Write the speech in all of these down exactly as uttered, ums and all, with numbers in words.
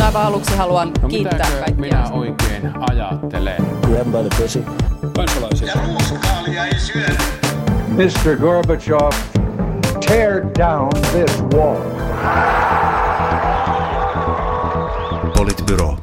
aivan aluksi haluan no, kiittää kaikkia. minä oikein ajattelen? Grab by the pussy. Kansalaisia. Ja ruuskaalia ei syödä. mister Gorbachev, tear down this wall. Politbyro.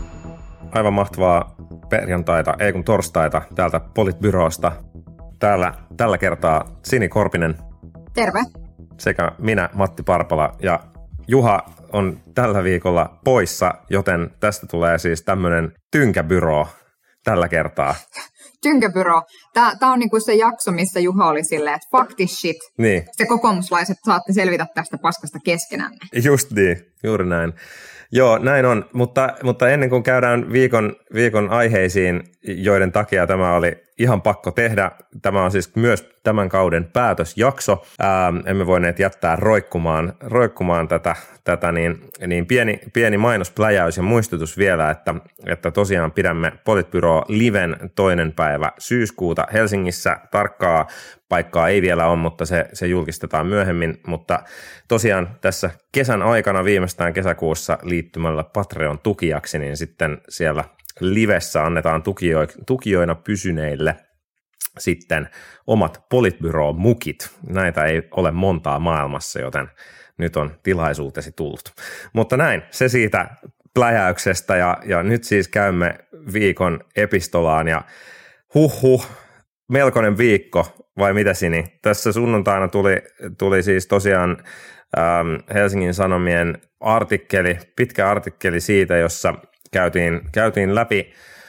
Aivan mahtavaa perjantaita, ei kun torstaita täältä Politbyrosta. Täällä tällä kertaa Sini Korpinen. Terve. Sekä minä, Matti Parpala, ja Juha on tällä viikolla poissa, joten tästä tulee siis tämmöinen tynkäbyro tällä kertaa. Tynkäbyro. Tämä, tämä on niinku se jakso, missä Juha oli silleen, että fuck this shit. Niin. Se kokoomuslaiset saatte selvitä tästä paskasta keskenänne. Just niin, juuri näin. Joo, näin on, mutta, mutta ennen kuin käydään viikon, viikon aiheisiin, joiden takia tämä oli ihan pakko tehdä, tämä on siis myös tämän kauden päätösjakso, Ää, emme voineet jättää roikkumaan, roikkumaan tätä, tätä niin, niin pieni, pieni mainospläjäys ja muistutus vielä, että, että tosiaan pidämme Politbyro Liven toinen päivä syyskuuta Helsingissä. Tarkkaa paikkaa ei vielä ole, mutta se, se julkistetaan myöhemmin, mutta tosiaan tässä kesän aikana viimeistään kesäkuussa liittymällä Patreon-tukijaksi, niin sitten siellä livessä annetaan tukio, tukijoina pysyneille sitten omat Politbyro-mukit. Näitä ei ole montaa maailmassa, joten nyt on tilaisuutesi tullut. Mutta näin, se siitä pläjäyksestä ja, ja nyt siis käymme viikon epistolaan ja huh huh, melkoinen viikko, vai mitä Sini? Tässä sunnuntaina tuli, tuli siis tosiaan ähm, Helsingin Sanomien artikkeli, pitkä artikkeli siitä, jossa käytiin, käytiin läpi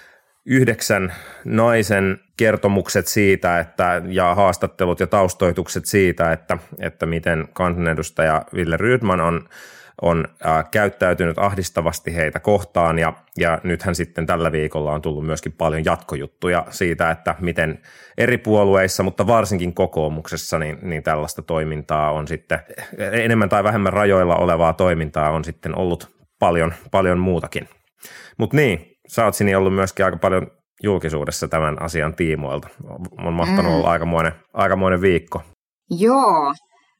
yhdeksän naisen kertomukset siitä, että, ja haastattelut ja taustoitukset siitä, että, että miten kansanedustaja Wille Rydman on, on äh, käyttäytynyt ahdistavasti heitä kohtaan, ja, ja nythän sitten tällä viikolla on tullut myöskin paljon jatkojuttuja siitä, että miten eri puolueissa, mutta varsinkin kokoomuksessa, niin, niin tällaista toimintaa on sitten, enemmän tai vähemmän rajoilla olevaa toimintaa on sitten ollut paljon, paljon muutakin. Mutta niin, sä oot Sini ollut myöskin aika paljon julkisuudessa tämän asian tiimoilta. On mahtanut mm. olla aikamoinen, aikamoinen viikko. Joo.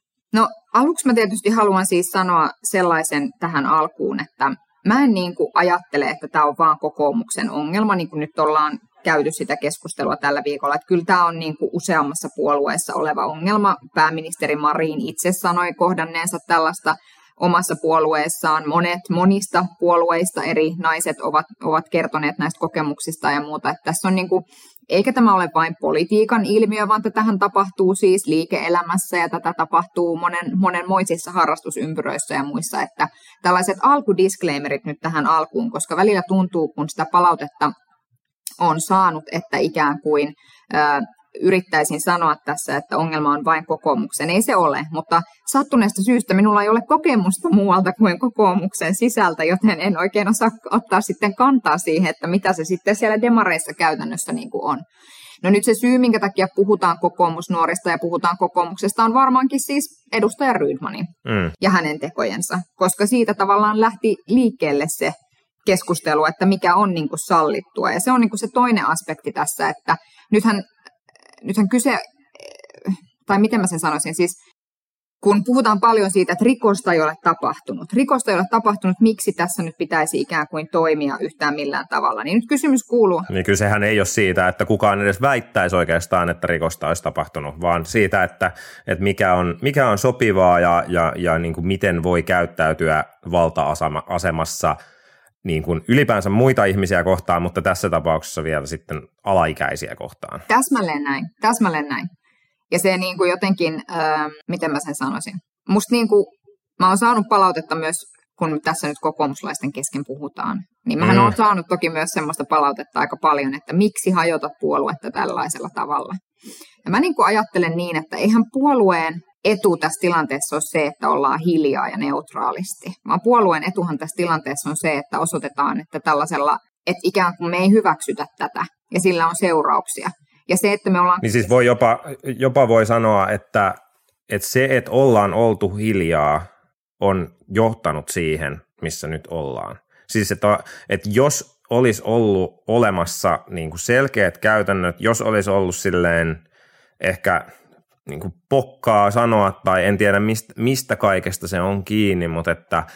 No aluksi mä tietysti haluan siis sanoa sellaisen tähän alkuun, että mä en niin kuin ajattele, että tämä on vaan kokoomuksen ongelma, niin kuin nyt ollaan käyty sitä keskustelua tällä viikolla. Että kyllä tämä on niin kuin useammassa puolueessa oleva ongelma. Pääministeri Marin itse sanoi kohdanneensa tällaista omassa puolueessaan. Monet monista puolueista eri naiset ovat, ovat kertoneet näistä kokemuksista ja muuta. Että tässä on niin kuin, eikä tämä ole vain politiikan ilmiö, vaan tätähän tapahtuu siis liike-elämässä ja tätä tapahtuu monen, monenmoisissa harrastusympyröissä ja muissa. Että tällaiset alkudisclaimerit nyt tähän alkuun, koska välillä tuntuu, kun sitä palautetta on saanut, että ikään kuin Ää, yrittäisin sanoa tässä, että ongelma on vain kokoomuksen. Ei se ole, mutta sattuneesta syystä minulla ei ole kokemusta muualta kuin kokoomuksen sisältä, joten en oikein osaa ottaa sitten kantaa siihen, että mitä se sitten siellä demareissa käytännössä niin kuin on. No nyt se syy, minkä takia puhutaan kokoomusnuorista ja puhutaan kokoomuksesta, on varmaankin siis edustaja Rydmanin mm. ja hänen tekojensa, koska siitä tavallaan lähti liikkeelle se keskustelu, että mikä on niin kuin sallittua. Ja se on niin kuin se toinen aspekti tässä, että nythän Nythän kyse, tai miten mä sen sanoisin, siis kun puhutaan paljon siitä, että rikosta ei ole tapahtunut, rikosta ei ole tapahtunut, miksi tässä nyt pitäisi ikään kuin toimia yhtään millään tavalla, niin nyt kysymys kuuluu. Niin kyllä sehän ei ole siitä, että kukaan edes väittäisi oikeastaan, että rikosta olisi tapahtunut, vaan siitä, että, että mikä, on, mikä on sopivaa ja, ja, ja niin kuin miten voi käyttäytyä valta-asemassa niin kuin ylipäänsä muita ihmisiä kohtaan, mutta tässä tapauksessa vielä sitten alaikäisiä kohtaan. Täsmälleen näin, täsmälleen näin. Ja se niin kuin jotenkin, äh, miten mä sen sanoisin, musta niin kuin, mä oon saanut palautetta myös, kun tässä nyt kokoomuslaisten kesken puhutaan, niin mähän mm. oon saanut toki myös semmoista palautetta aika paljon, että miksi hajotat puoluetta tällaisella tavalla. Ja mä niin kuin ajattelen niin, että eihän puolueen etu tässä tilanteessa on se, että ollaan hiljaa ja neutraalisti, vaan puolueen etuhan tässä tilanteessa on se, että osoitetaan, että tällaisella, että ikään kuin me ei hyväksytä tätä ja sillä on seurauksia. Ja se, että me ollaan... Niin siis voi jopa, jopa voi sanoa, että, että se, että ollaan oltu hiljaa, on johtanut siihen, missä nyt ollaan. Siis, että, että jos olisi ollut olemassa niin kuin selkeät käytännöt, jos olisi ollut silleen ehkä niin kuin pokkaa sanoa, tai en tiedä mistä, mistä kaikesta se on kiinni, mutta että,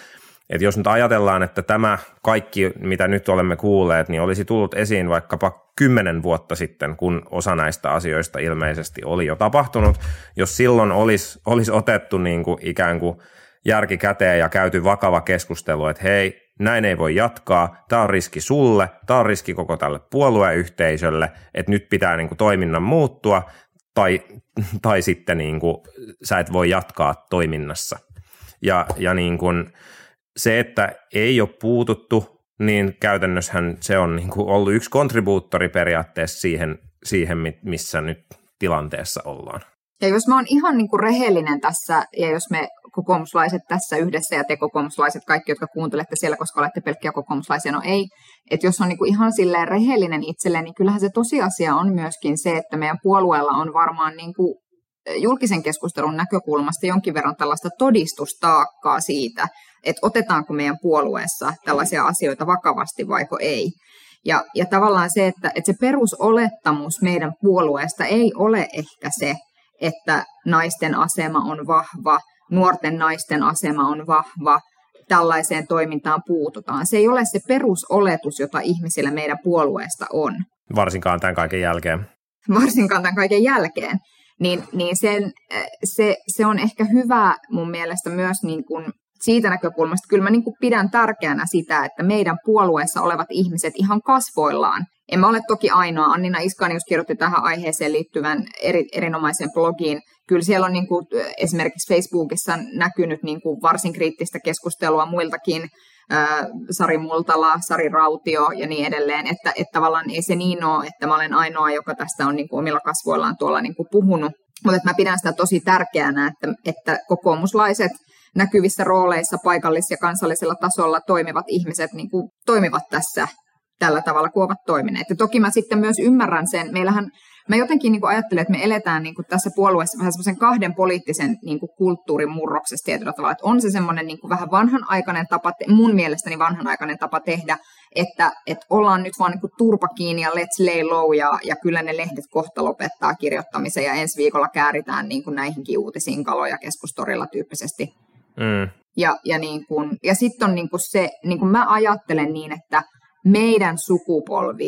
Et jos nyt ajatellaan, että tämä kaikki, mitä nyt olemme kuulleet, niin olisi tullut esiin vaikkapa kymmenen vuotta sitten, kun osa näistä asioista ilmeisesti oli jo tapahtunut, jos silloin olisi, olisi otettu niin kuin ikään kuin järki käteen ja käyty vakava keskustelu, että hei, näin ei voi jatkaa, tämä on riski sulle, tämä on riski koko tälle puolueyhteisölle, että nyt pitää niin kuin toiminnan muuttua, tai, tai sitten niin kuin, sä et voi jatkaa toiminnassa. Ja, ja niin kuin se, että ei ole puututtu, niin käytännössähän se on niin kuin ollut yksi kontribuuttori periaatteessa siihen, siihen, missä nyt tilanteessa ollaan. Ja jos mä oon ihan niin kuin rehellinen tässä, ja jos me kokoomuslaiset tässä yhdessä, ja te kokoomuslaiset, kaikki, jotka kuuntelette siellä, koska olette pelkkiä kokoomuslaisia, no ei, että jos on niin kuin ihan silleen rehellinen itselleen, niin kyllähän se tosiasia on myöskin se, että meidän puolueella on varmaan niin kuin julkisen keskustelun näkökulmasta jonkin verran tällaista todistustaakkaa siitä, että otetaanko meidän puolueessa tällaisia asioita vakavasti vaiko ei. Ja, ja tavallaan se, että, että se perusolettamus meidän puolueesta ei ole ehkä se, että naisten asema on vahva, nuorten naisten asema on vahva, tällaiseen toimintaan puututaan. Se ei ole se perusoletus, jota ihmisillä meidän puolueesta on. Varsinkaan tämän kaiken jälkeen. Varsinkaan tämän kaiken jälkeen. Niin, niin sen, se, se on ehkä hyvä mun mielestä myös niin kuin siitä näkökulmasta. Kyllä mä niin kuin pidän tärkeänä sitä, että meidän puolueessa olevat ihmiset ihan kasvoillaan. En mä ole toki ainoa. Annina Iskanius kirjoitti tähän aiheeseen liittyvän eri, erinomaisen blogiin. Kyllä siellä on niin kuin esimerkiksi Facebookissa näkynyt niin kuin varsin kriittistä keskustelua muiltakin. Äh, Sari Multala, Sari Rautio ja niin edelleen. Että, että tavallaan ei se niin ole, että mä olen ainoa, joka tästä on niin kuin omilla kasvoillaan tuolla niin kuin puhunut. Mutta mä pidän sitä tosi tärkeänä, että, että kokoomuslaiset näkyvissä rooleissa paikallis- ja kansallisella tasolla toimivat ihmiset niin kuin toimivat tässä tällä tavalla, kun ovat toimineet. Ja toki mä sitten myös ymmärrän sen, meillähän, mä jotenkin niin kuin ajattelen, että me eletään niin kuin tässä puolueessa vähän semmoisen kahden poliittisen niin kuin kulttuurin murroksessa tietyllä tavalla, että on se semmoinen niin kuin vähän vanhanaikainen tapa, mun mielestäni vanhanaikainen tapa tehdä, että, että ollaan nyt vaan niin kuin turpa kiinni ja let's lay low, ja, ja kyllä ne lehdet kohta lopettaa kirjoittamisen, ja ensi viikolla kääritään niin kuin näihinkin uutisiin kaloja keskustorilla tyyppisesti. Mm. Ja, ja, niin kuin, ja sitten on niin kuin se, niin kuin mä ajattelen niin, että meidän sukupolvi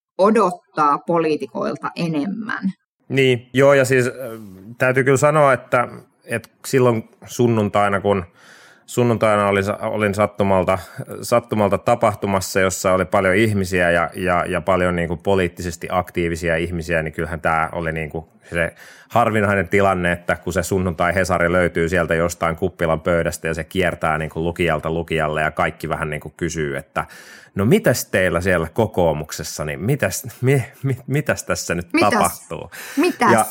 odottaa poliitikoilta enemmän. Niin, joo, ja siis täytyy kyllä sanoa, että, että silloin sunnuntaina, kun sunnuntaina olin, olin sattumalta, sattumalta tapahtumassa, jossa oli paljon ihmisiä ja, ja, ja paljon niin kuin poliittisesti aktiivisia ihmisiä, niin kyllähän tämä oli niin kuin se harvinainen tilanne, että kun se sunnuntai-Hesari löytyy sieltä jostain kuppilan pöydästä ja se kiertää niin kuin lukijalta lukijalle ja kaikki vähän niin kuin kysyy, että no mitäs teillä siellä kokoomuksessa, niin mitäs, mi, mi, mitäs tässä nyt mitäs? tapahtuu? Mitäs? Ja,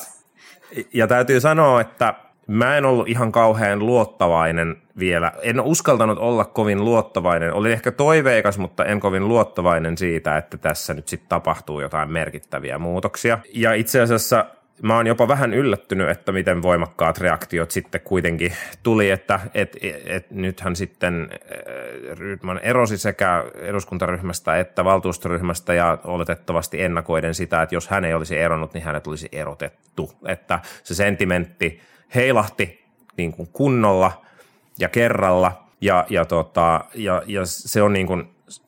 ja täytyy sanoa, että mä en ollut ihan kauhean luottavainen vielä. En uskaltanut olla kovin luottavainen. Olin ehkä toiveikas, mutta en kovin luottavainen siitä, että tässä nyt sitten tapahtuu jotain merkittäviä muutoksia. Ja itse asiassa mä oon jopa vähän yllättynyt, että miten voimakkaat reaktiot sitten kuitenkin tuli, että et, et, et nythän sitten Rydman erosi sekä eduskuntaryhmästä että valtuustoryhmästä ja oletettavasti ennakoiden sitä, että jos hän ei olisi eronnut, niin hänet olisi erotettu. Että se sentimentti heilahti niin kuin kunnolla ja kerralla ja, ja, tota, ja, ja se on niin kuin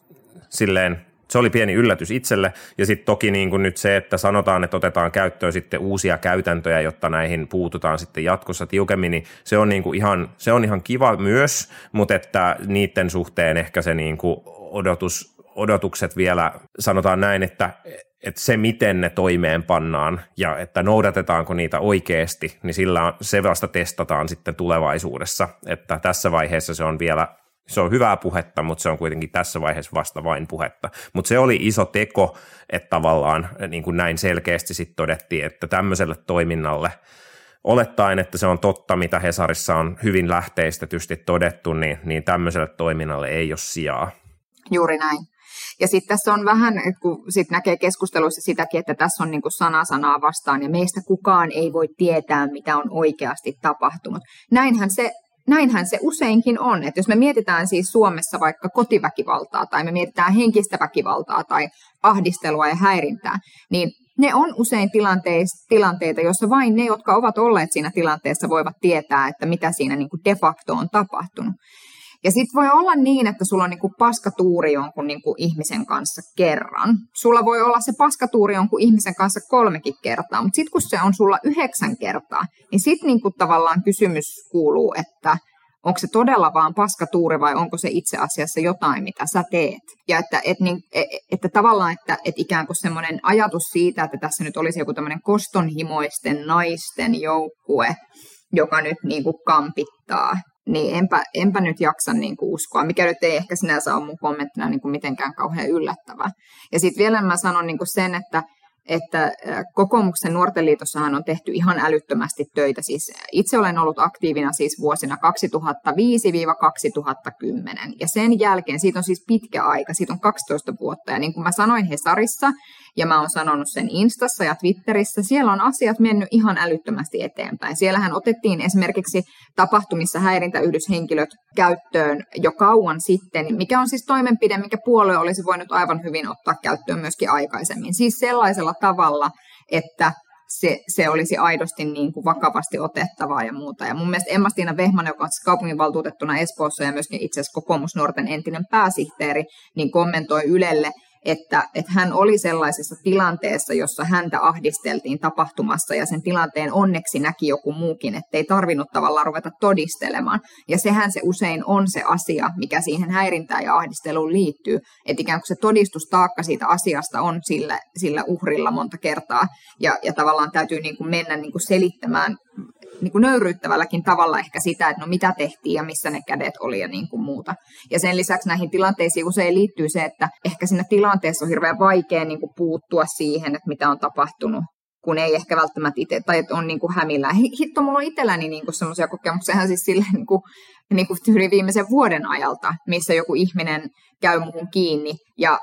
silleen, se oli pieni yllätys itselle ja sitten toki niin kuin nyt se, että sanotaan, että otetaan käyttöön sitten uusia käytäntöjä, jotta näihin puututaan sitten jatkossa tiukemmin, niin se on, niin kuin ihan, se on ihan kiva myös, mutta että niiden suhteen ehkä se niin kuin odotus, odotukset vielä sanotaan näin, että että se, miten ne toimeenpannaan ja että noudatetaanko niitä oikeasti, niin sillä on, se vasta testataan sitten tulevaisuudessa. Että tässä vaiheessa se on vielä, se on hyvää puhetta, mutta se on kuitenkin tässä vaiheessa vasta vain puhetta. Mutta se oli iso teko, että tavallaan niin kuin näin selkeästi sitten todettiin, että tämmöiselle toiminnalle, olettaen, että se on totta, mitä Hesarissa on hyvin lähteistetysti todettu, niin, niin tämmöiselle toiminnalle ei ole sijaa. Juuri näin. Ja sitten tässä on vähän, kun sit näkee keskusteluissa sitäkin, että tässä on niinku sana sanaa vastaan ja meistä kukaan ei voi tietää, mitä on oikeasti tapahtunut. Näinhän se, näinhän se useinkin on, että jos me mietitään siis Suomessa vaikka kotiväkivaltaa tai me mietitään henkistä väkivaltaa tai ahdistelua ja häirintää, niin ne on usein tilanteita, joissa vain ne, jotka ovat olleet siinä tilanteessa, voivat tietää, että mitä siinä niinku de facto on tapahtunut. Ja sitten voi olla niin, että sulla on niinku paskatuuri jonkun niinku ihmisen kanssa kerran. Sulla voi olla se paskatuuri jonkun ihmisen kanssa kolmekin kertaa, mutta sitten kun se on sulla yhdeksän kertaa, niin sitten niinku tavallaan kysymys kuuluu, että onko se todella vaan paskatuuri vai onko se itse asiassa jotain, mitä sä teet. Ja että, et, niin, että, että tavallaan, että, että ikään kuin semmoinen ajatus siitä, että tässä nyt olisi joku tämmöinen kostonhimoisten naisten joukkue, joka nyt niin kuin kampittaa, niin enpä, enpä nyt jaksa niin kuin uskoa, mikä nyt ei ehkä sinänsä ole mun kommenttina niin kuin mitenkään kauhean yllättävää. Ja sitten vielä mä sanon niin kuin sen, että että kokoomuksen nuorten liitossahan on tehty ihan älyttömästi töitä. Siis itse olen ollut aktiivina siis vuosina kaksituhattaviisi kaksituhattakymmenen ja sen jälkeen, siitä on siis pitkä aika, siitä on kaksitoista vuotta ja niin kuin mä sanoin Hesarissa ja mä oon sanonut sen Instassa ja Twitterissä, siellä on asiat mennyt ihan älyttömästi eteenpäin. Siellähän otettiin esimerkiksi tapahtumissa häirintäyhdyshenkilöt käyttöön jo kauan sitten, mikä on siis toimenpide, mikä puolue olisi voinut aivan hyvin ottaa käyttöön myöskin aikaisemmin. Siis sellaisella tavalla, että se, se olisi aidosti niin kuin vakavasti otettavaa ja muuta. Ja mun mielestä Emma-Stiina Vehmanen, joka on kaupunginvaltuutettuna Espoossa ja myöskin itse asiassa kokoomusnuorten entinen pääsihteeri, niin kommentoi Ylelle, että, että hän oli sellaisessa tilanteessa, jossa häntä ahdisteltiin tapahtumassa ja sen tilanteen onneksi näki joku muukin, ettei tarvinnut tavallaan ruveta todistelemaan. Ja sehän se usein on se asia, mikä siihen häirintään ja ahdisteluun liittyy, että ikään kuin se todistustaakka siitä asiasta on sillä, sillä uhrilla monta kertaa ja, ja tavallaan täytyy niin kuin mennä niin kuin selittämään niin kuin nöyryyttävälläkin tavalla ehkä sitä, että no mitä tehtiin ja missä ne kädet oli ja niin kuin muuta. Ja sen lisäksi näihin tilanteisiin usein liittyy se, että ehkä siinä tilanteessa on hirveän vaikea niin kuin puuttua siihen, että mitä on tapahtunut, kun ei ehkä välttämättä itse, tai että on niin kuin hämillään. Hitto, mulla on itselläni niin kuin semmoisia kokemuksia siis silleen niin kuin, niin kuin yli viimeisen vuoden ajalta, missä joku ihminen käy muhun kiinni ja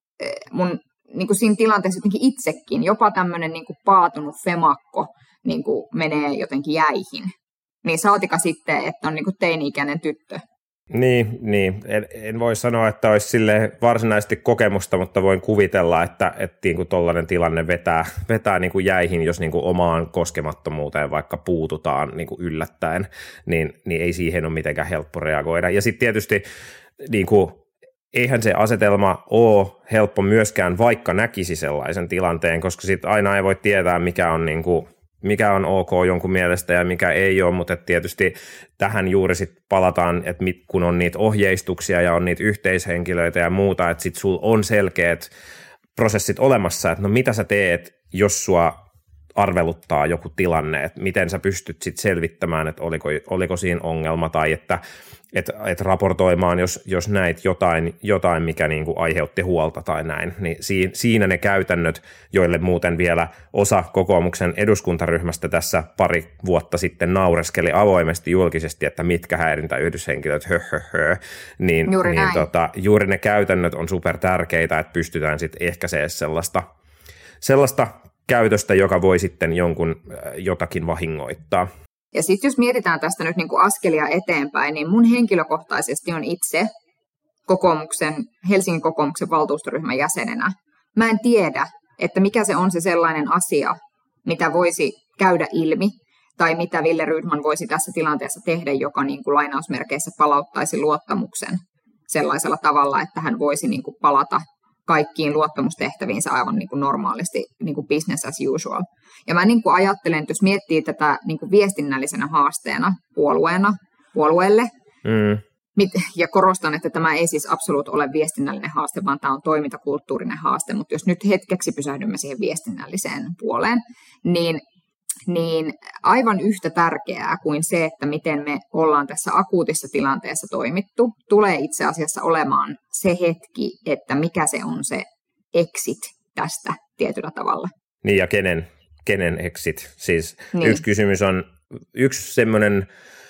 mun niin kuin siinä tilanteessa jotenkin itsekin, jopa tämmöinen niin kuin paatunut femakko, niin kuin menee jotenkin jäihin. Niin saatika sitten, että on niin kuin teini-ikäinen tyttö. Niin, niin. En, en voi sanoa, että olisi sille varsinaisesti kokemusta, mutta voin kuvitella, että, että niin kuin tollainen tilanne vetää, vetää niin kuin jäihin, jos niin kuin omaan koskemattomuuteen vaikka puututaan niin kuin yllättäen, niin, niin ei siihen ole mitenkään helppo reagoida. Ja sitten tietysti niin kuin eihän se asetelma ole helppo myöskään, vaikka näkisi sellaisen tilanteen, koska sitten aina ei voi tietää, mikä on, niin kuin, mikä on ok jonkun mielestä ja mikä ei ole, mutta tietysti tähän juuri sitten palataan, että mit, kun on niitä ohjeistuksia ja on niitä yhteishenkilöitä ja muuta, että sitten sulla on selkeät prosessit olemassa, että no mitä sä teet, jos sua arveluttaa joku tilanne, että miten sä pystyt sitten selvittämään, että oliko, oliko siinä ongelma tai että et, et raportoimaan, jos, jos näit jotain, jotain mikä niinku aiheutti huolta tai näin, niin si, siinä ne käytännöt, joille muuten vielä osa kokoomuksen eduskuntaryhmästä tässä pari vuotta sitten naureskeli avoimesti julkisesti, että mitkä häirintäyhdyshenkilöt, hö, hö, hö, niin, juuri, niin tota, juuri ne käytännöt on super tärkeitä, että pystytään sitten ehkäisemään sellaista, sellaista käytöstä, joka voi sitten jonkun jotakin vahingoittaa. Ja sitten jos mietitään tästä nyt niin kuin askelia eteenpäin, niin mun henkilökohtaisesti on itse kokoomuksen, Helsingin kokoomuksen valtuustoryhmän jäsenenä. Mä en tiedä, että mikä se on se sellainen asia, mitä voisi käydä ilmi, tai mitä Wille Rydman voisi tässä tilanteessa tehdä, joka niin kuin lainausmerkeissä palauttaisi luottamuksen sellaisella tavalla, että hän voisi niin kuin palata kaikkiin luottamustehtäviinsä aivan niin kuin normaalisti, niin kuin business as usual. Ja mä niin kuin ajattelen, että jos miettii tätä niin kuin viestinnällisenä haasteena puolueena, puolueelle, mm. ja korostan, että tämä ei siis absoluut ole viestinnällinen haaste, vaan tämä on toimintakulttuurinen haaste, mutta jos nyt hetkeksi pysähdymme siihen viestinnälliseen puoleen, niin niin aivan yhtä tärkeää kuin se, että miten me ollaan tässä akuutissa tilanteessa toimittu, tulee itse asiassa olemaan se hetki, että mikä se on se exit tästä tietyllä tavalla. Niin ja kenen, kenen exit? Siis niin. Yksi kysymys on, yksi semmoinen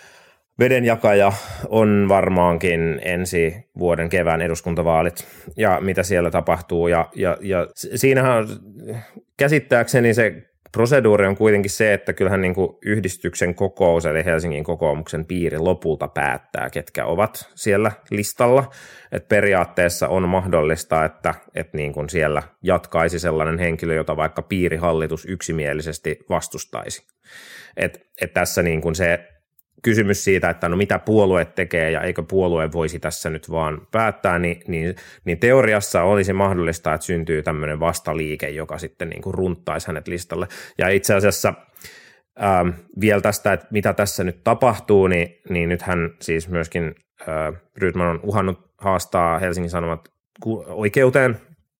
vedenjakaja on varmaankin ensi vuoden kevään eduskuntavaalit ja mitä siellä tapahtuu ja, ja, ja siinähän käsittääkseni se proseduuri on kuitenkin se, että kyllähän niin kuin yhdistyksen kokous, eli Helsingin kokoomuksen piiri lopulta päättää, ketkä ovat siellä listalla. Et periaatteessa on mahdollista, että, että niin kuin siellä jatkaisi sellainen henkilö, jota vaikka piirihallitus yksimielisesti vastustaisi. Et, et tässä niin kuin se kysymys siitä, että no mitä puolue tekee ja eikö puolue voisi tässä nyt vaan päättää, niin, niin, niin teoriassa olisi mahdollista, että syntyy tämmöinen vastaliike, joka sitten niin kuin runttaisi hänet listalle. Ja itse asiassa ähm, vielä tästä, että mitä tässä nyt tapahtuu, niin, niin nythän siis myöskin äh, Rydman on uhannut haastaa Helsingin Sanomat oikeuteen.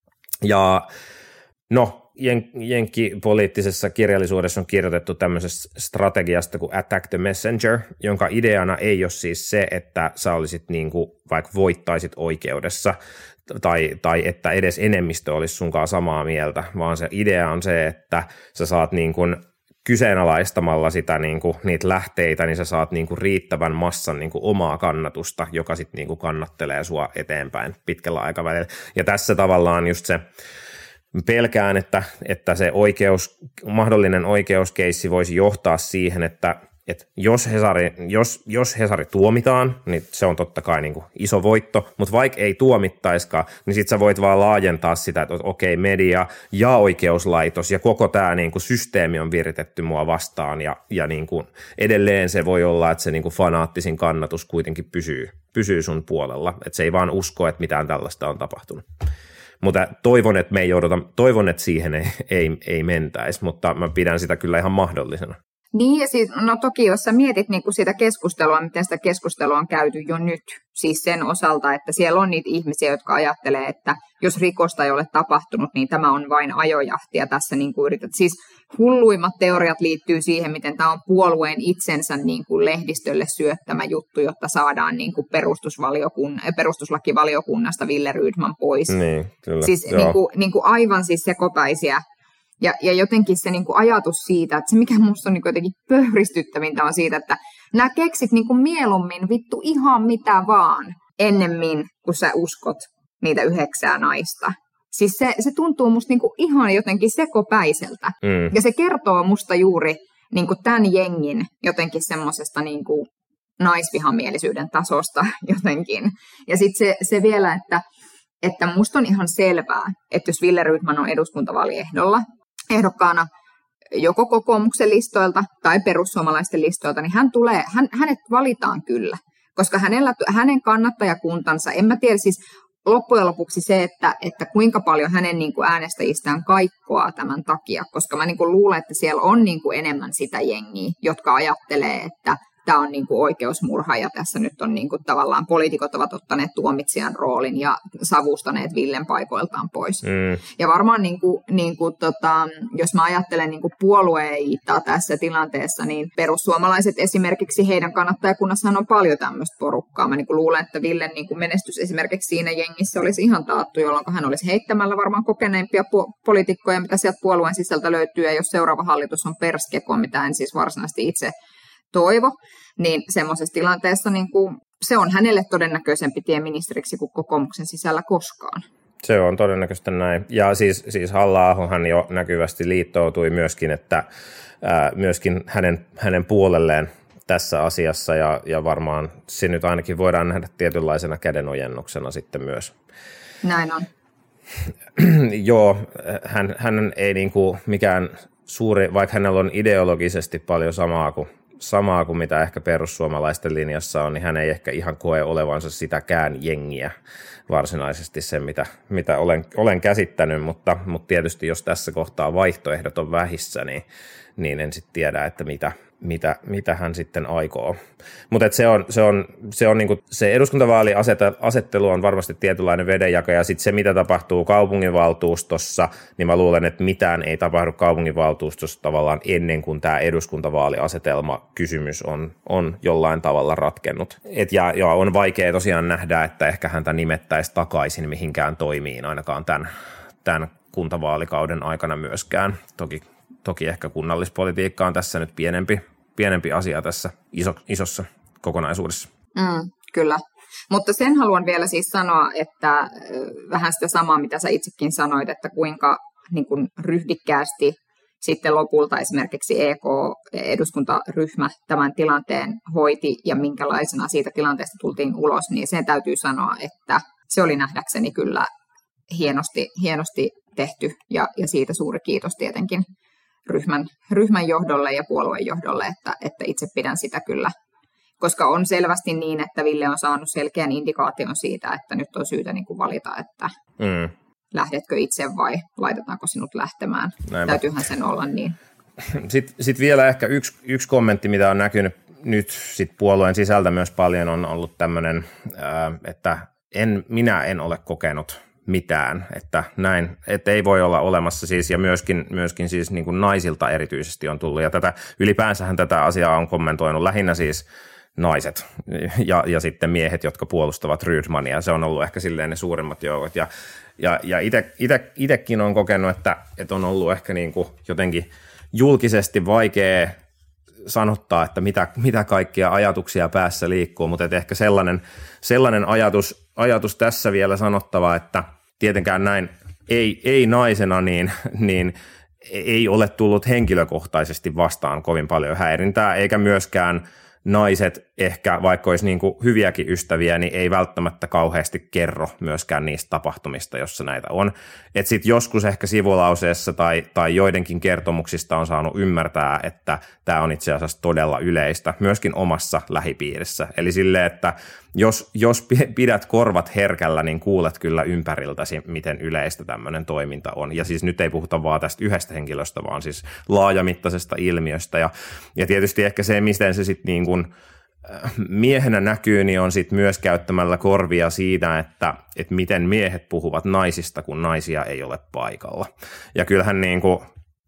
Ja no, jenkkipoliittisessa kirjallisuudessa on kirjoitettu tämmöisestä strategiasta kuin Attack the Messenger, jonka ideana ei ole siis se, että sä olisit niin kuin, vaikka voittaisit oikeudessa tai, tai että edes enemmistö olisi sunkaan samaa mieltä, vaan se idea on se, että sä saat niin kuin kyseenalaistamalla sitä, niin kuin, niitä lähteitä, niin sä saat niin kuin riittävän massan niin kuin omaa kannatusta, joka sitten niin kuin kannattelee sua eteenpäin pitkällä aikavälillä. Ja tässä tavallaan just se pelkään, että, että se oikeus, mahdollinen oikeuskeissi voisi johtaa siihen, että, että jos, Hesari, jos, jos Hesari tuomitaan, niin se on totta kai niin kuin iso voitto, mutta vaikka ei tuomittaiskaan, niin sitten sä voit vaan laajentaa sitä, että okei, media ja oikeuslaitos ja koko tämä niin kuin systeemi on viritetty mua vastaan ja, ja niin kuin edelleen se voi olla, että se niin kuin fanaattisin kannatus kuitenkin pysyy, pysyy sun puolella, että se ei vaan usko, että mitään tällaista on tapahtunut. Mutta toivon, että me ei jouduta, toivon, että siihen ei, ei, ei mentäisi, mutta mä pidän sitä kyllä ihan mahdollisena. Niin, ja siis, no toki jos sä mietit niin kuin sitä keskustelua, miten sitä keskustelua on käyty jo nyt, siis sen osalta, että siellä on niitä ihmisiä, jotka ajattelee, että jos rikosta ei ole tapahtunut, niin tämä on vain ajojahtia tässä niin kuin yritetään. Siis hulluimmat teoriat liittyy siihen, miten tämä on puolueen itsensä niin kuin lehdistölle syöttämä juttu, jotta saadaan niin kuin perustusvaliokun, perustuslakivaliokunnasta Wille Rydman pois. Niin, kyllä. Siis niin kuin, niin kuin aivan siis sekopäisiä. Ja, ja jotenkin se niin kuin ajatus siitä, että se mikä musta on niin kuin jotenkin pöyristyttävintä on siitä, että nämä keksit niin kuin mieluummin vittu ihan mitä vaan ennemmin, kun sä uskot niitä yhdeksää naista. Siis se, se tuntuu musta niin kuin ihan jotenkin sekopäiseltä. Mm. Ja se kertoo musta juuri niin kuin tämän jengin jotenkin semmoisesta niin kuin naisvihamielisyyden tasosta jotenkin. Ja sitten se, se vielä, että, että musta on ihan selvää, että jos Wille Rydman on eduskuntavaaliehdolla, ehdokkaana joko kokoomuksen listoilta tai perussuomalaisten listoilta, niin hän tulee, hän, hänet valitaan kyllä, koska hänellä, hänen kannattajakuntansa, en mä tiedä siis loppujen lopuksi se, että, että kuinka paljon hänen niin kuin äänestäjistään kaikkoaa tämän takia, koska mä niin kuin luulen, että siellä on niin kuin enemmän sitä jengiä, jotka ajattelee, että tämä on niin kuin oikeusmurha ja tässä nyt on niin kuin tavallaan poliitikot ovat ottaneet tuomitsijan roolin ja savustaneet Villen paikoiltaan pois. Mm. Ja varmaan niin kuin, niin kuin tota, jos mä ajattelen niin kuin puolueita tässä tilanteessa, niin perussuomalaiset esimerkiksi heidän kannattajakunnassaan on paljon tämmöistä porukkaa. Mä niin kuin luulen, että Villen niin kuin menestys esimerkiksi siinä jengissä olisi ihan taattu, jolloin hän olisi heittämällä varmaan kokeneimpia pu- poliitikkoja, mitä sieltä puolueen sisältä löytyy, ja jos seuraava hallitus on perskeko, mitä en siis varsinaisesti itse toivo, niin semmoisessa tilanteessa niin kuin, se on hänelle todennäköisempi tie ministeriksi kuin kokoomuksen sisällä koskaan. Se on todennäköisesti näin. Ja siis, siis Halla-ahohan jo näkyvästi liittoutui myöskin, että ää, myöskin hänen, hänen puolelleen tässä asiassa, ja, ja varmaan se nyt ainakin voidaan nähdä tietynlaisena kädenojennuksena sitten myös. Näin on. Joo, hän, hän ei niin kuin mikään suuri, vaikka hänellä on ideologisesti paljon samaa kuin Samaa kuin mitä ehkä perussuomalaisten linjassa on, niin hän ei ehkä ihan koe olevansa sitäkään jengiä varsinaisesti sen, mitä, mitä olen, olen käsittänyt, mutta, mutta tietysti jos tässä kohtaa vaihtoehdot on vähissä, niin, niin en sitten tiedä, että mitä, mitä, mitä hän sitten aikoo. Mutta se on, se, on, se, on niinku, se eduskuntavaaliasettelu on varmasti tietynlainen vedenjaka, ja sitten se, mitä tapahtuu kaupunginvaltuustossa, niin mä luulen, että mitään ei tapahdu kaupunginvaltuustossa tavallaan ennen kuin tämä eduskuntavaaliasetelma kysymys on, on jollain tavalla ratkennut. Et ja, ja on vaikea tosiaan nähdä, että ehkä häntä nimettäisi takaisin mihinkään toimiin, ainakaan tämän, tämän kuntavaalikauden aikana myöskään. Toki Toki ehkä kunnallispolitiikka on tässä nyt pienempi, pienempi asia tässä iso, isossa kokonaisuudessa. Mm, kyllä, mutta sen haluan vielä siis sanoa, että vähän sitä samaa, mitä sä itsekin sanoit, että kuinka niin kuin ryhdikkäästi sitten lopulta esimerkiksi E K-eduskuntaryhmä tämän tilanteen hoiti ja minkälaisena siitä tilanteesta tultiin ulos, niin sen täytyy sanoa, että se oli nähdäkseni kyllä hienosti, hienosti tehty, ja, ja siitä suuri kiitos tietenkin Ryhmän, ryhmän johdolle ja puolueen johdolle, että, että itse pidän sitä kyllä koska on selvästi niin, että Ville on saanut selkeän indikaation siitä, että nyt on syytä niin kuin valita, että mm. lähdetkö itse vai laitetaanko sinut lähtemään. Näin Täytyyhän sen olla niin. Sitten sit vielä ehkä yksi, yksi kommentti, mitä on näkynyt nyt sit puolueen sisältä myös paljon, on ollut tämmöinen, että en, minä en ole kokenut mitään, että näin, että ei voi olla olemassa siis, ja myöskin, myöskin siis niin kuin naisilta erityisesti on tullut, ja tätä, ylipäänsähän tätä asiaa on kommentoinut lähinnä siis naiset ja, ja sitten miehet, jotka puolustavat Rydmania, se on ollut ehkä silleen ne suurimmat joukot, ja, ja, ja itsekin on kokenut, että, että on ollut ehkä niin kuin jotenkin julkisesti vaikea sanottaa, että mitä, mitä kaikkia ajatuksia päässä liikkuu, mutta ehkä sellainen, sellainen ajatus, ajatus tässä vielä sanottava, että tietenkään näin ei, ei naisena niin, niin ei ole tullut henkilökohtaisesti vastaan kovin paljon häirintää, eikä myöskään naiset ehkä, vaikka olisi niin kuin hyviäkin ystäviä, niin ei välttämättä kauheasti kerro myöskään niistä tapahtumista, jossa näitä on. Että sitten joskus ehkä sivulauseessa tai, tai joidenkin kertomuksista on saanut ymmärtää, että tämä on itse asiassa todella yleistä, myöskin omassa lähipiirissä. Eli silleen, että jos, jos pidät korvat herkällä, niin kuulet kyllä ympäriltäsi, miten yleistä tämmöinen toiminta on. Ja siis nyt ei puhuta vaan tästä yhdestä henkilöstä, vaan siis laajamittaisesta ilmiöstä. Ja, ja tietysti ehkä se, miten se sitten niin kuin miehenä näkyy, niin on sitten myös käyttämällä korvia siitä, että, että miten miehet puhuvat naisista, kun naisia ei ole paikalla. Ja kyllähän niin kuin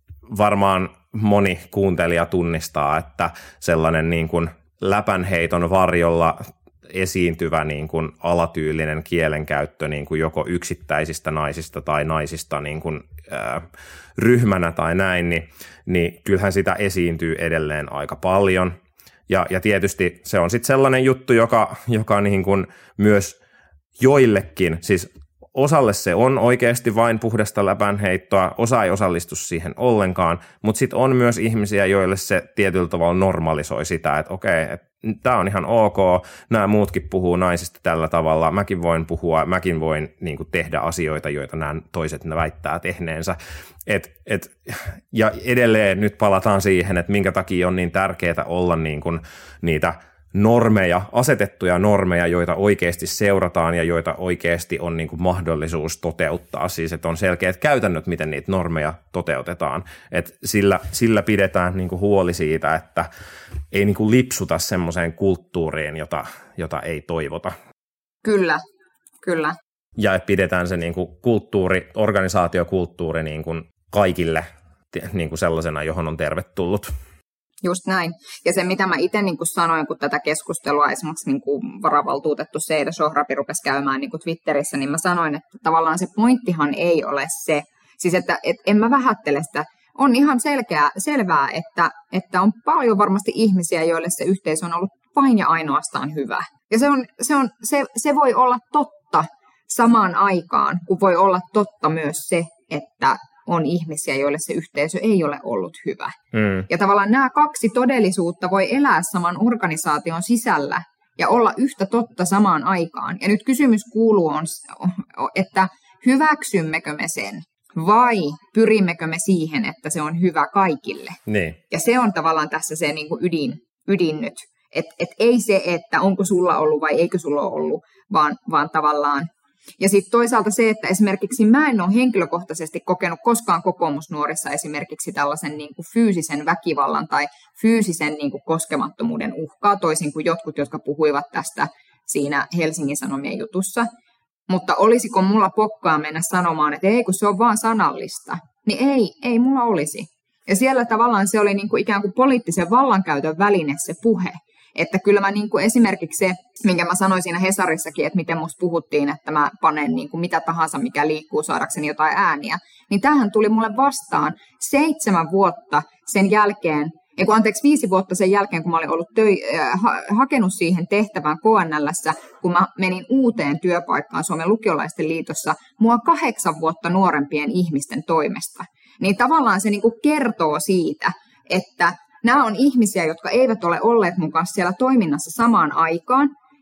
varmaan moni kuuntelija tunnistaa, että sellainen niin kuin läpänheiton varjolla esiintyvä niin kuin alatyylinen kielenkäyttö niin kuin joko yksittäisistä naisista tai naisista niin kuin, ää, ryhmänä tai näin, niin, niin kyllähän sitä esiintyy edelleen aika paljon. Ja, ja tietysti se on sitten sellainen juttu, joka, joka niin kuin myös joillekin, siis osalle se on oikeasti vain puhdasta läpänheittoa, osa ei osallistu siihen ollenkaan, mutta sitten on myös ihmisiä, joille se tietyllä tavalla normalisoi sitä, että okei, että tämä on ihan ok, nämä muutkin puhuu naisista tällä tavalla, mäkin voin puhua, mäkin voin niin kuin tehdä asioita, joita nämä toiset ne väittää tehneensä. Et, et, ja edelleen nyt palataan siihen, että minkä takia on niin tärkeää olla niin kuin niitä normeja, asetettuja normeja, joita oikeasti seurataan ja joita oikeasti on niin kuin mahdollisuus toteuttaa. Siis, että on selkeät käytännöt, miten niitä normeja toteutetaan. Et sillä, sillä pidetään niin kuin huoli siitä, että ei niin kuin lipsuta semmoiseen kulttuuriin, jota, jota ei toivota. Kyllä, kyllä. Ja että pidetään se niin kuin kulttuuri, organisaatiokulttuuri niin kuin kaikille niin kuin sellaisena, johon on tervetullut. Just näin. Ja se, mitä mä itse niin kuin sanoin, kun tätä keskustelua esimerkiksi niin kuin varavaltuutettu Seida Sohrabi rupesi käymään niin kuin Twitterissä, niin mä sanoin, että tavallaan se pointtihan ei ole se. Siis, että et en mä vähättele sitä. On ihan selkeää, selvää, että, että on paljon varmasti ihmisiä, joille se yhteisö on ollut vain ja ainoastaan hyvä. Ja se, on, se, on, se, se voi olla totta samaan aikaan, kun voi olla totta myös se, että on ihmisiä, joille se yhteisö ei ole ollut hyvä. Mm. Ja tavallaan nämä kaksi todellisuutta voi elää saman organisaation sisällä ja olla yhtä totta samaan aikaan. Ja nyt kysymys kuuluu, on, että hyväksymmekö me sen vai pyrimmekö me siihen, että se on hyvä kaikille. Niin. Ja se on tavallaan tässä se niin kuin ydin, ydin nyt. Että et ei se, että onko sulla ollut vai eikö sulla ole ollut, vaan, vaan tavallaan. Ja sitten toisaalta se, että esimerkiksi mä en ole henkilökohtaisesti kokenut koskaan kokoomusnuorissa esimerkiksi tällaisen niin kuin fyysisen väkivallan tai fyysisen niin kuin koskemattomuuden uhkaa, toisin kuin jotkut, jotka puhuivat tästä siinä Helsingin Sanomien jutussa. Mutta olisiko mulla pokkaa mennä sanomaan, että ei kun se on vaan sanallista, niin ei, ei mulla olisi. Ja siellä tavallaan se oli niin kuin ikään kuin poliittisen vallankäytön väline se puhe. Että kyllä mä niin kuin esimerkiksi se, minkä mä sanoin siinä Hesarissakin, että miten musta puhuttiin, että mä panen niin kuin mitä tahansa, mikä liikkuu saadakseni jotain ääniä, niin tämähän tuli mulle vastaan seitsemän vuotta sen jälkeen, ei kun anteeksi viisi vuotta sen jälkeen, kun mä olin ollut töi, äh, ha, hakenut siihen tehtävään K N L:ssä, kun mä menin uuteen työpaikkaan Suomen lukiolaisten liitossa, mua kahdeksan vuotta nuorempien ihmisten toimesta. Niin tavallaan se niin kuin kertoo siitä, että nämä on ihmisiä, jotka eivät ole olleet mun kanssa siellä toiminnassa samaan aikaan,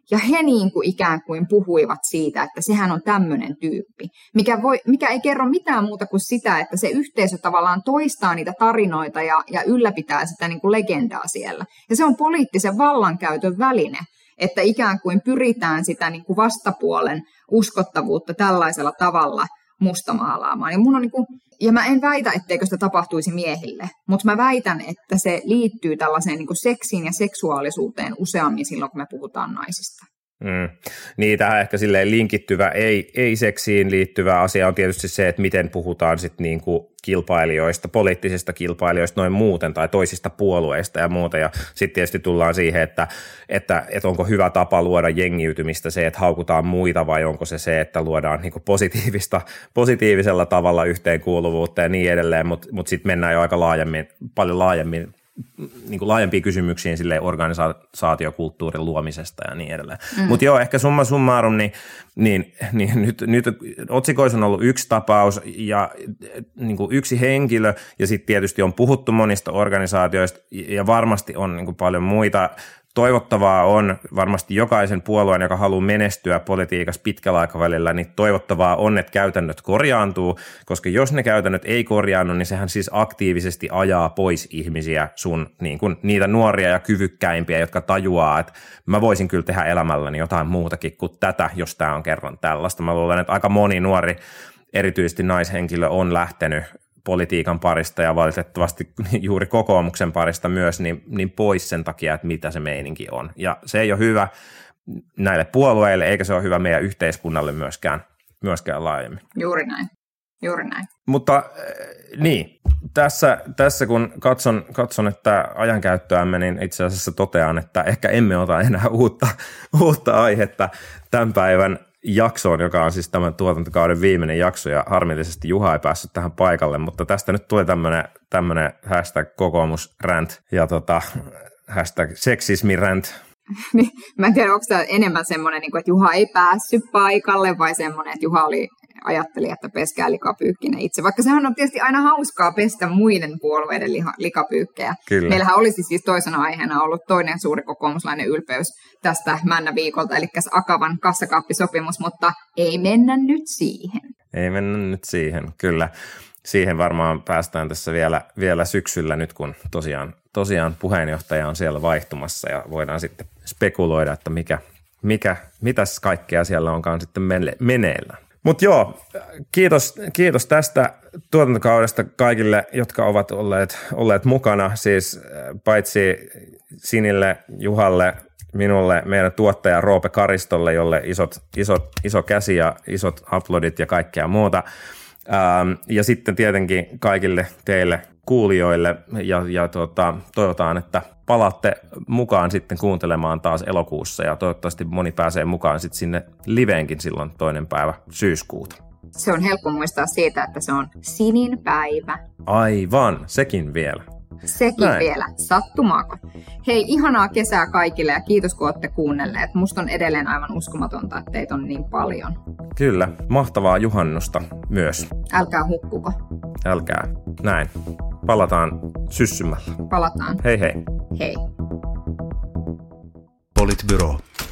Ja he niin kuin ikään kuin puhuivat siitä, että sehän on tämmöinen tyyppi, mikä, voi, mikä ei kerro mitään muuta kuin sitä, että se yhteisö tavallaan toistaa niitä tarinoita ja, ja ylläpitää sitä niin kuin legendaa siellä. Ja se on poliittisen vallankäytön väline, että ikään kuin pyritään sitä niin kuin vastapuolen uskottavuutta tällaisella tavalla mustamaalaamaan. Ja, mun on niin kuin, ja mä en väitä, etteikö sitä tapahtuisi miehille, mutta mä väitän, että se liittyy tällaiseen niin kuin seksiin ja seksuaalisuuteen useammin silloin, kun me puhutaan naisista. Mm. Niin, tähän ehkä silleen linkittyvä, ei, ei seksiin liittyvä asia on tietysti se, että miten puhutaan sitten niinku kilpailijoista, poliittisista kilpailijoista noin muuten tai toisista puolueista ja muuta. Ja sitten tietysti tullaan siihen, että, että, että onko hyvä tapa luoda jengiytymistä se, että haukutaan muita vai onko se se, että luodaan niinku positiivista, positiivisella tavalla yhteenkuuluvuutta ja niin edelleen, mutta mut sitten mennään jo aika laajemmin, paljon laajemmin niin kuin laajempiin kysymyksiin silleen organisaatiokulttuurin luomisesta ja niin edelleen. Mm. Mutta joo, ehkä summa summarum, niin, niin, niin nyt, nyt otsikoissa on ollut yksi tapaus ja niin kuin yksi henkilö, ja sitten tietysti on puhuttu monista organisaatioista, ja varmasti on niin kuin paljon muita. Toivottavaa on varmasti jokaisen puolueen, joka haluaa menestyä politiikassa pitkällä aikavälillä, niin toivottavaa on, että käytännöt korjaantuu, koska jos ne käytännöt ei korjaannu, niin sehän siis aktiivisesti ajaa pois ihmisiä sun niin kuin niitä nuoria ja kyvykkäimpiä, jotka tajuaa, että mä voisin kyllä tehdä elämälläni jotain muutakin kuin tätä, jos tämä on kerran tällaista. Mä luulen, että aika moni nuori, erityisesti naishenkilö, on lähtenyt politiikan parista ja valitettavasti juuri kokoomuksen parista myös, niin, niin pois sen takia, että mitä se meininki on. Ja se ei ole hyvä näille puolueille, eikä se ole hyvä meidän yhteiskunnalle myöskään, myöskään laajemmin. Juuri näin, juuri näin. Mutta niin, tässä, tässä kun katson, katson, että ajankäyttöämme, niin itse asiassa totean, että ehkä emme ota enää uutta, uutta aihetta tämän päivän jaksoon, joka on siis tämän tuotantokauden viimeinen jakso, ja harmillisesti Juha ei päässyt tähän paikalle, mutta tästä nyt tuli tämmöinen, tämmöinen hashtag kokoomusrant ja tota, hashtag seksismirant. Niin, mä en tiedä, onko tämä enemmän semmoinen, että Juha ei päässyt paikalle, vai semmoinen, että Juha oli, ajatteli, että peskää likapyykkinen itse. Vaikka sehän on tietysti aina hauskaa pestä muiden puolueiden liha, likapyykkejä. Kyllä. Meillähän olisi siis toisena aiheena ollut toinen suuri kokoomuslainen ylpeys tästä Männä-viikolta, eli Akavan kassakaappisopimus, mutta ei mennä nyt siihen. Ei mennä nyt siihen, kyllä. Siihen varmaan päästään tässä vielä, vielä syksyllä nyt, kun tosiaan, tosiaan puheenjohtaja on siellä vaihtumassa ja voidaan sitten spekuloida, että mikä, mikä, mitäs kaikkea siellä onkaan sitten meneillä. Mutta joo, kiitos, kiitos tästä tuotantokaudesta kaikille, jotka ovat olleet, olleet mukana, siis paitsi Sinille, Juhalle, minulle, meidän tuottaja Roope Karistolle, jolle isot, isot, iso käsi ja isot uploadit ja kaikkea muuta. Ähm, ja sitten tietenkin kaikille teille kuulijoille ja, ja tuota, toivotaan, että palaatte mukaan sitten kuuntelemaan taas elokuussa ja toivottavasti moni pääsee mukaan sitten sinne liveenkin silloin toinen päivä syyskuuta. Se on helppo muistaa siitä, että se on Sinin päivä. Aivan, sekin vielä. Sekin Näin. vielä, sattumaako. Hei, ihanaa kesää kaikille ja kiitos kun olette kuunnelleet. Musta on edelleen aivan uskomatonta, että teitä on niin paljon. Kyllä, mahtavaa juhannusta myös. Älkää hukkuko. Älkää. Näin. Palataan syssymällä. Palataan. Hei hei. Hei. Politbyro.